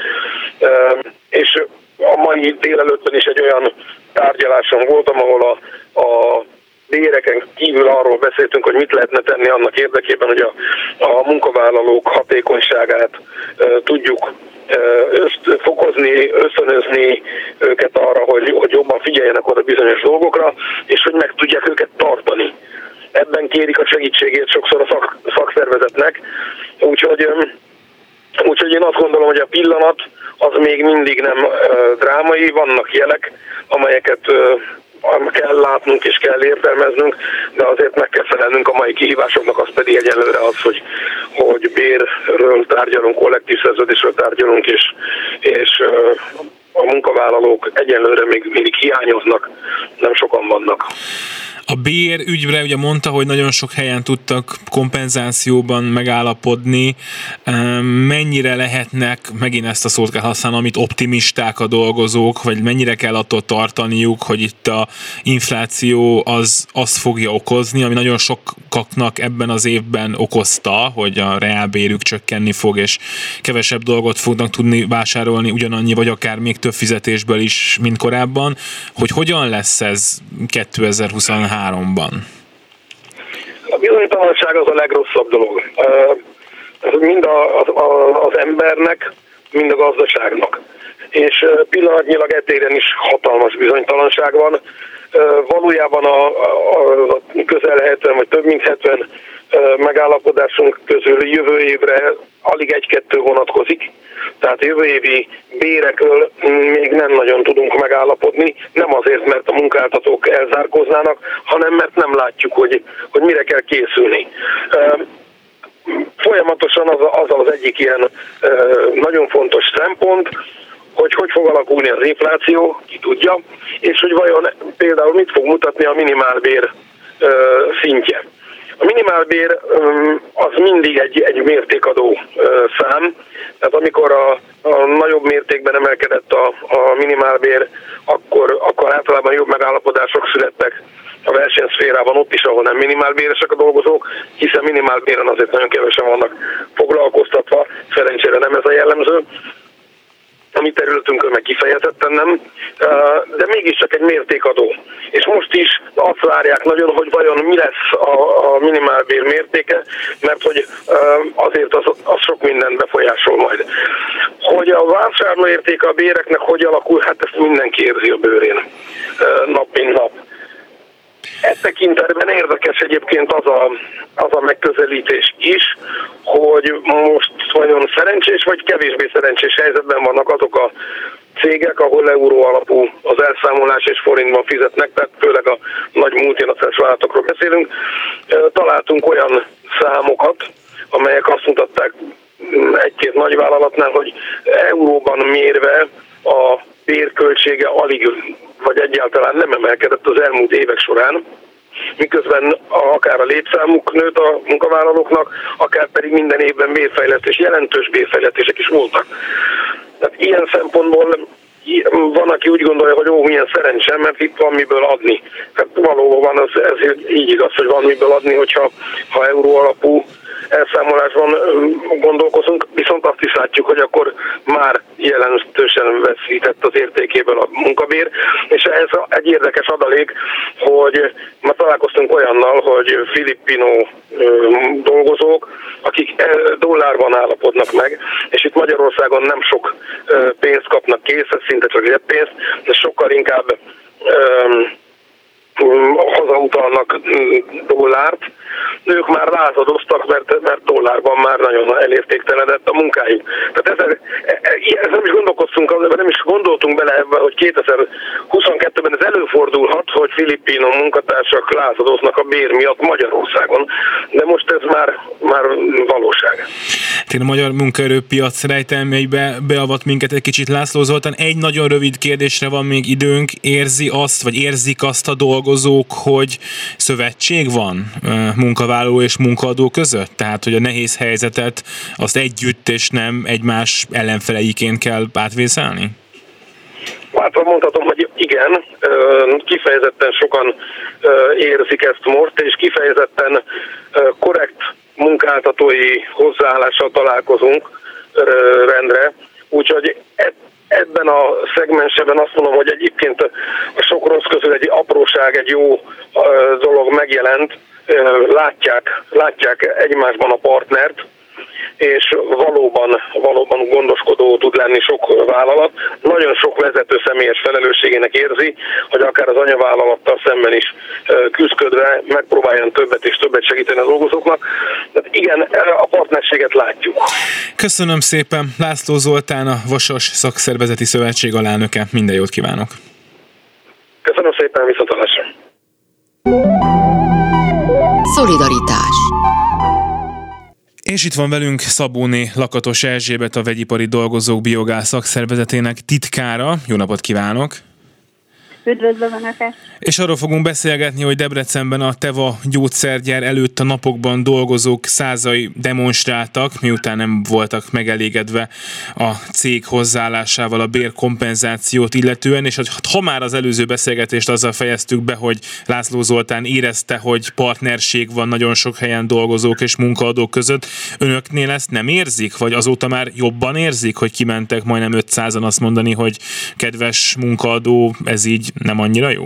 és a mai délelőttön is egy olyan tárgyaláson voltam, ahol a, a béreken kívül arról beszéltünk, hogy mit lehetne tenni annak érdekében, hogy a, a munkavállalók hatékonyságát tudjuk öszt, fokozni, ösztönözni őket arra, hogy, hogy jobban figyeljenek oda bizonyos dolgokra, és hogy meg tudják őket tartani. Ebben kérik a segítségét sokszor a szak, szakszervezetnek, úgyhogy, úgyhogy én azt gondolom, hogy a pillanat az még mindig nem drámai, vannak jelek, amelyeket kell látnunk és kell értelmeznünk, de azért meg kell felelnünk a mai kihívásoknak, az pedig egyelőre az, hogy, hogy bérről tárgyalunk, kollektív szerződésről tárgyalunk, és, és a munkavállalók egyelőre még mindig hiányoznak, nem sokan vannak. A bér ügyre ugye mondta, hogy nagyon sok helyen tudtak kompenzációban megállapodni. Mennyire lehetnek, megint ezt a szót kell használni, amit optimisták a dolgozók, vagy mennyire kell attól tartaniuk, hogy itt a infláció az azt fogja okozni, ami nagyon sokaknak ebben az évben okozta, hogy a reálbérük csökkenni fog, és kevesebb dolgot fognak tudni vásárolni ugyanannyi, vagy akár még több fizetésből is, mint korábban. Hogy hogyan lesz ez kétezer-huszonháromban? A bizonytalanság az a legrosszabb dolog. Ez mind a, a, az embernek, mind a gazdaságnak. És pillanatnyilag etéren is hatalmas bizonytalanság van. Valójában a, a, a közel hetven, vagy több mint hetven megállapodásunk közül jövő évre alig egy-kettő vonatkozik. Tehát jövő évi bérekről még nem nagyon tudunk megállapodni, nem azért, mert a munkáltatók elzárkóznának, hanem mert nem látjuk, hogy, hogy mire kell készülni. Folyamatosan az az, az egyik ilyen nagyon fontos szempont, hogy hogy fog alakulni az infláció, ki tudja, és hogy vajon például mit fog mutatni a minimálbér szintje. A minimálbér az mindig egy, egy mértékadó szám, tehát amikor a, a nagyobb mértékben emelkedett a, a minimálbér, akkor, akkor általában jobb megállapodások születtek a versenyszférában ott is, ahol nem minimálbéresek a dolgozók, hiszen minimálbéren azért nagyon kevesen vannak foglalkoztatva, szerencsére nem ez a jellemző. A mi területünkön meg kifejezetten nem, de mégiscsak egy mértékadó. És most is azt várják nagyon, hogy vajon mi lesz a, a minimálbér mértéke, mert hogy azért az, az sok mindent befolyásol majd. Hogy a vásárlóértéke a béreknek hogy alakul, hát ezt mindenki érzi a bőrén nap mint nap. E tekintetben érdekes egyébként az a, az a megközelítés is, hogy most nagyon szerencsés vagy kevésbé szerencsés helyzetben vannak azok a cégek, ahol euró alapú az elszámolás és forintban fizetnek, tehát főleg a nagy multinacionális vállalatokról beszélünk. Találtunk olyan számokat, amelyek azt mutatták egy-két nagy vállalatnál, hogy euróban mérve a bérköltsége alig vagy egyáltalán nem emelkedett az elmúlt évek során, miközben akár a létszámuk nőtt a munkavállalóknak, akár pedig minden évben bérfejlesztés, jelentős bérfejlesztések is voltak. Tehát ilyen szempontból van, aki úgy gondolja, hogy ó, milyen szerencsém, mert itt van miből adni. Hát valóban az, ez így igaz, hogy van miből adni, hogyha ha euró alapú elszámolásban gondolkozunk, viszont azt is látjuk, hogy akkor már jelentősen veszített az értékéből a munkabér, és ez egy érdekes adalék, hogy már találkoztunk olyannal, hogy filippinó dolgozók, akik dollárban állapodnak meg, és itt Magyarországon nem sok pénzt kapnak készre, szinte csak zseppénzt, de sokkal inkább hazautalnak dollárt, ők már lázadoztak, mert, mert dollárban már nagyon elértéktelenedett a munkájuk. Tehát ezzel, ezzel nem is gondolkoztunk, nem is gondoltunk bele ebbe, hogy kétezer-huszonkettőben ez előfordulhat, hogy filippino munkatársak lázadoznak a bér miatt Magyarországon, de most ez már, már valóság. Én a magyar munkaerőpiac rejtelmeibe beavat minket egy kicsit László Zoltán. Egy nagyon rövid kérdésre van még időnk. Érzi azt, vagy érzik azt a dolgozók, hogy szövetség van munkavállaló és munkaadó között? Tehát, hogy a nehéz helyzetet azt együtt és nem egymás ellenfeleiként kell átvészelni? Hát mondhatom, hogy igen, kifejezetten sokan érzik ezt most, és kifejezetten korrekt munkáltatói hozzáállással találkozunk rendre, úgyhogy ebben a szegmensben azt mondom, hogy egyébként a sok rossz közül egy apróság, egy jó dolog megjelent, látják, látják egymásban a partnert, és valóban, valóban gondoskodó tud lenni sok vállalat. Nagyon sok vezető személyes felelősségének érzi, hogy akár az anyavállalattal szemben is küzdködve megpróbáljon többet és többet segíteni a dolgozóknak. Tehát igen, a partnerséget látjuk. Köszönöm szépen. László Zoltán, a Vasas Szakszervezeti Szövetség alelnöke. Minden jót kívánok. Köszönöm szépen, viszontlátásra. Szolidaritás. És itt van velünk Szabóné Lakatos Erzsébet, a Vegyipari Dolgozók Biogáz Szakszervezetének titkára. Jó napot kívánok! Üdvözlöm Önöket! És arról fogunk beszélgetni, hogy Debrecenben a Teva gyógyszergyár előtt a napokban dolgozók százai demonstráltak, miután nem voltak megelégedve a cég hozzáállásával a bérkompenzációt illetően, és ha már az előző beszélgetést azzal fejeztük be, hogy László Zoltán érezte, hogy partnerség van nagyon sok helyen dolgozók és munkaadók között, önöknél ezt nem érzik? Vagy azóta már jobban érzik, hogy kimentek majdnem ötszázan azt mondani, hogy kedves munkaadó, ez így nem annyira jó?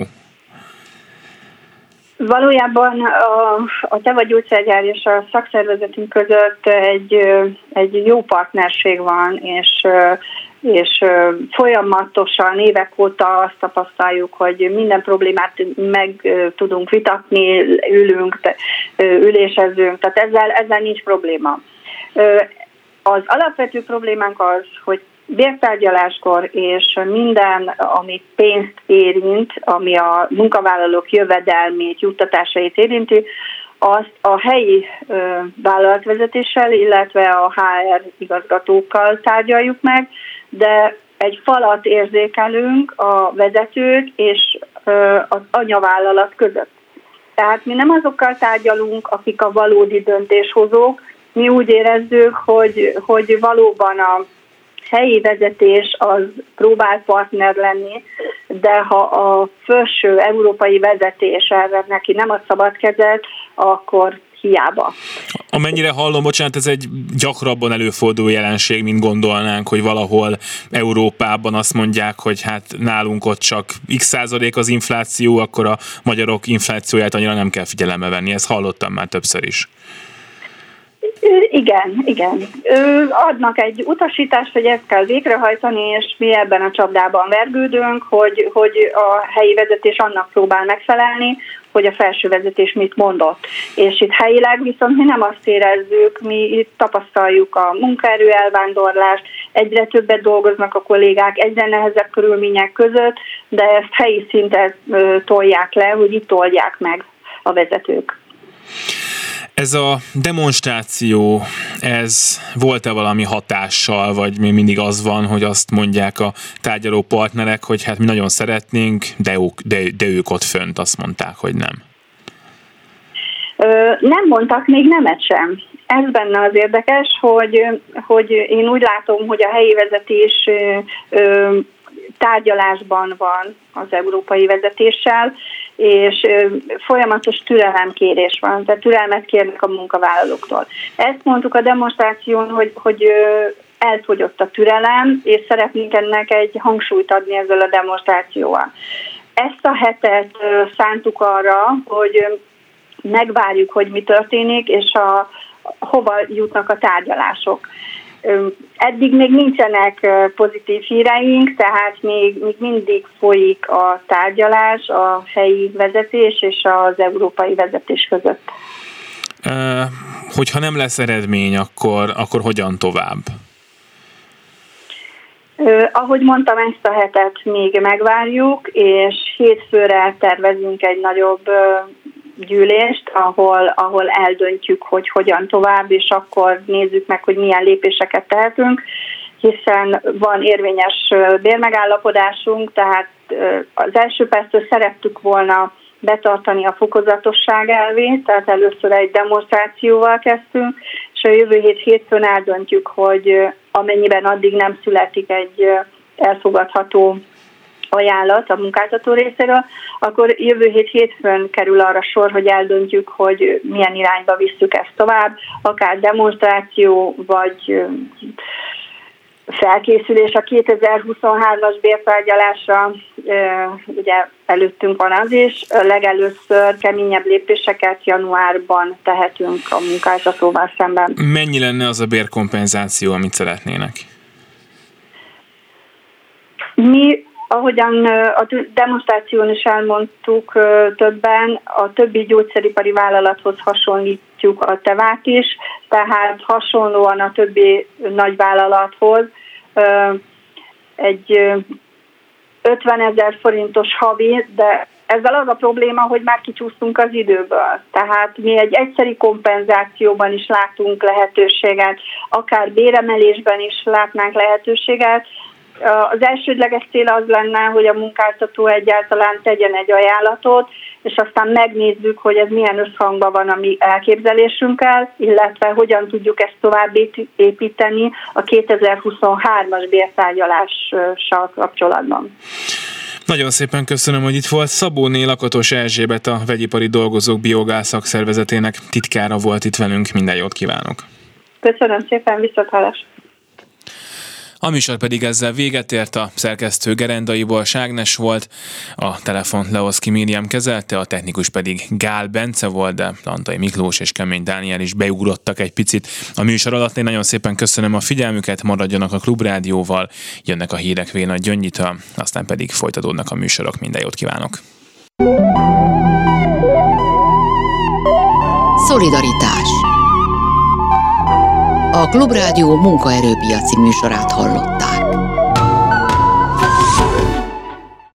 Valójában a, a Teva gyógyszergyár és a szakszervezetünk között egy, egy jó partnerség van, és, és folyamatosan évek óta azt tapasztaljuk, hogy minden problémát meg tudunk vitatni, ülünk, ülésezünk, tehát ezzel, ezzel nincs probléma. Az alapvető problémánk az, hogy bértárgyaláskor és minden, ami pénzt érint, ami a munkavállalók jövedelmét, juttatásait érinti, azt a helyi ö, vállalatvezetéssel, illetve a há er igazgatókkal tárgyaljuk meg, de egy falat érzékelünk a vezetők és ö, az anyavállalat között. Tehát mi nem azokkal tárgyalunk, akik a valódi döntéshozók, mi úgy érezzük, hogy, hogy valóban a helyi vezetés az próbál partner lenni, de ha a felső európai vezetés erre neki nem ad szabad kezet, akkor hiába. Amennyire hallom, bocsánat, ez egy gyakrabban előforduló jelenség, mint gondolnánk, hogy valahol Európában azt mondják, hogy hát nálunk ott csak x százalék az infláció, akkor a magyarok inflációját annyira nem kell figyelembe venni. Ezt hallottam már többször is. Igen, igen. Adnak egy utasítást, hogy ezt kell végrehajtani, és mi ebben a csapdában vergődünk, hogy, hogy a helyi vezetés annak próbál megfelelni, hogy a felső vezetés mit mondott. És itt helyileg viszont mi nem azt érezzük, mi itt tapasztaljuk a munkaerő elvándorlást, egyre többet dolgoznak a kollégák, egyre nehezebb körülmények között, de ezt helyi szinten tolják le, hogy itt oldják meg a vezetők. Ez a demonstráció, ez volt-e valami hatással, vagy még mindig az van, hogy azt mondják a tárgyaló partnerek, hogy hát mi nagyon szeretnénk, de ők, de, de ők ott fönt azt mondták, hogy nem? Nem mondtak még nemet sem. Ez benne az érdekes, hogy, hogy én úgy látom, hogy a helyi vezetés tárgyalásban van az európai vezetéssel, és folyamatos türelemkérés van, tehát türelmet kérnek a munkavállalóktól. Ezt mondtuk a demonstráción, hogy, hogy elfogyott a türelem, és szeretnénk ennek egy hangsúlyt adni ezzel a demonstrációval. Ezt a hetet szántuk arra, hogy megvárjuk, hogy mi történik, és a, hova jutnak a tárgyalások. Eddig még nincsenek pozitív híreink, tehát még, még mindig folyik a tárgyalás a helyi vezetés és az európai vezetés között. Uh, hogyha nem lesz eredmény, akkor, akkor hogyan tovább? Uh, ahogy mondtam, ezt a hetet még megvárjuk, és hétfőre tervezünk egy nagyobb uh, gyűlést, ahol, ahol eldöntjük, hogy hogyan tovább, és akkor nézzük meg, hogy milyen lépéseket tehetünk, hiszen van érvényes bérmegállapodásunk, tehát az első perctől szerettük volna betartani a fokozatosság elvét, tehát először egy demonstrációval kezdtünk, és a jövő hét hétfőn eldöntjük, hogy amennyiben addig nem születik egy elfogadható ajánlat a munkáltató részéről, akkor jövő hét hétfőn kerül arra sor, hogy eldöntjük, hogy milyen irányba visszük ezt tovább, akár demonstráció, vagy felkészülés a kétezer-huszonhármas bértárgyalásra, ugye előttünk van az is, legelőször keményebb lépéseket januárban tehetünk a munkáltatóval szemben. Mennyi lenne az a bérkompenzáció, amit szeretnének? Mi, ahogyan a demonstráción is elmondtuk többen, a többi gyógyszeripari vállalathoz hasonlítjuk a tevát is, tehát hasonlóan a többi nagyvállalathoz egy ötvenezer forintos havi, de ezzel az a probléma, hogy már kicsúsztunk az időből. Tehát mi egy egyszeri kompenzációban is látunk lehetőséget, akár béremelésben is látnánk lehetőséget. Az elsődleges cél az lenne, hogy a munkáltató egyáltalán tegyen egy ajánlatot, és aztán megnézzük, hogy ez milyen összhangban van a mi elképzelésünkkel, illetve hogyan tudjuk ezt tovább építeni a kétezer-huszonhármas bértárgyalással kapcsolatban. Nagyon szépen köszönöm, hogy itt volt. Szabóné Lakatos Erzsébet, a Vegyipari Dolgozók Biogázz szakszervezetének titkára volt itt velünk. Minden jót kívánok! Köszönöm szépen, viszonthallásra! A műsor pedig ezzel véget ért, a szerkesztő Gerendaiból Ságnes volt, a telefon Leoszki Miriam kezelte, a technikus pedig Gál Bence volt, de Lantai Miklós és Kemény Dániel is beugrottak egy picit a műsor alatt. Én nagyon szépen köszönöm a figyelmüket, maradjanak a Klubrádióval, jönnek a hírek Véna Gyöngyitől, aztán pedig folytatódnak a műsorok. Minden jót kívánok! Szolidaritás. A Klubrádió munkaerőpiaci műsorát hallották.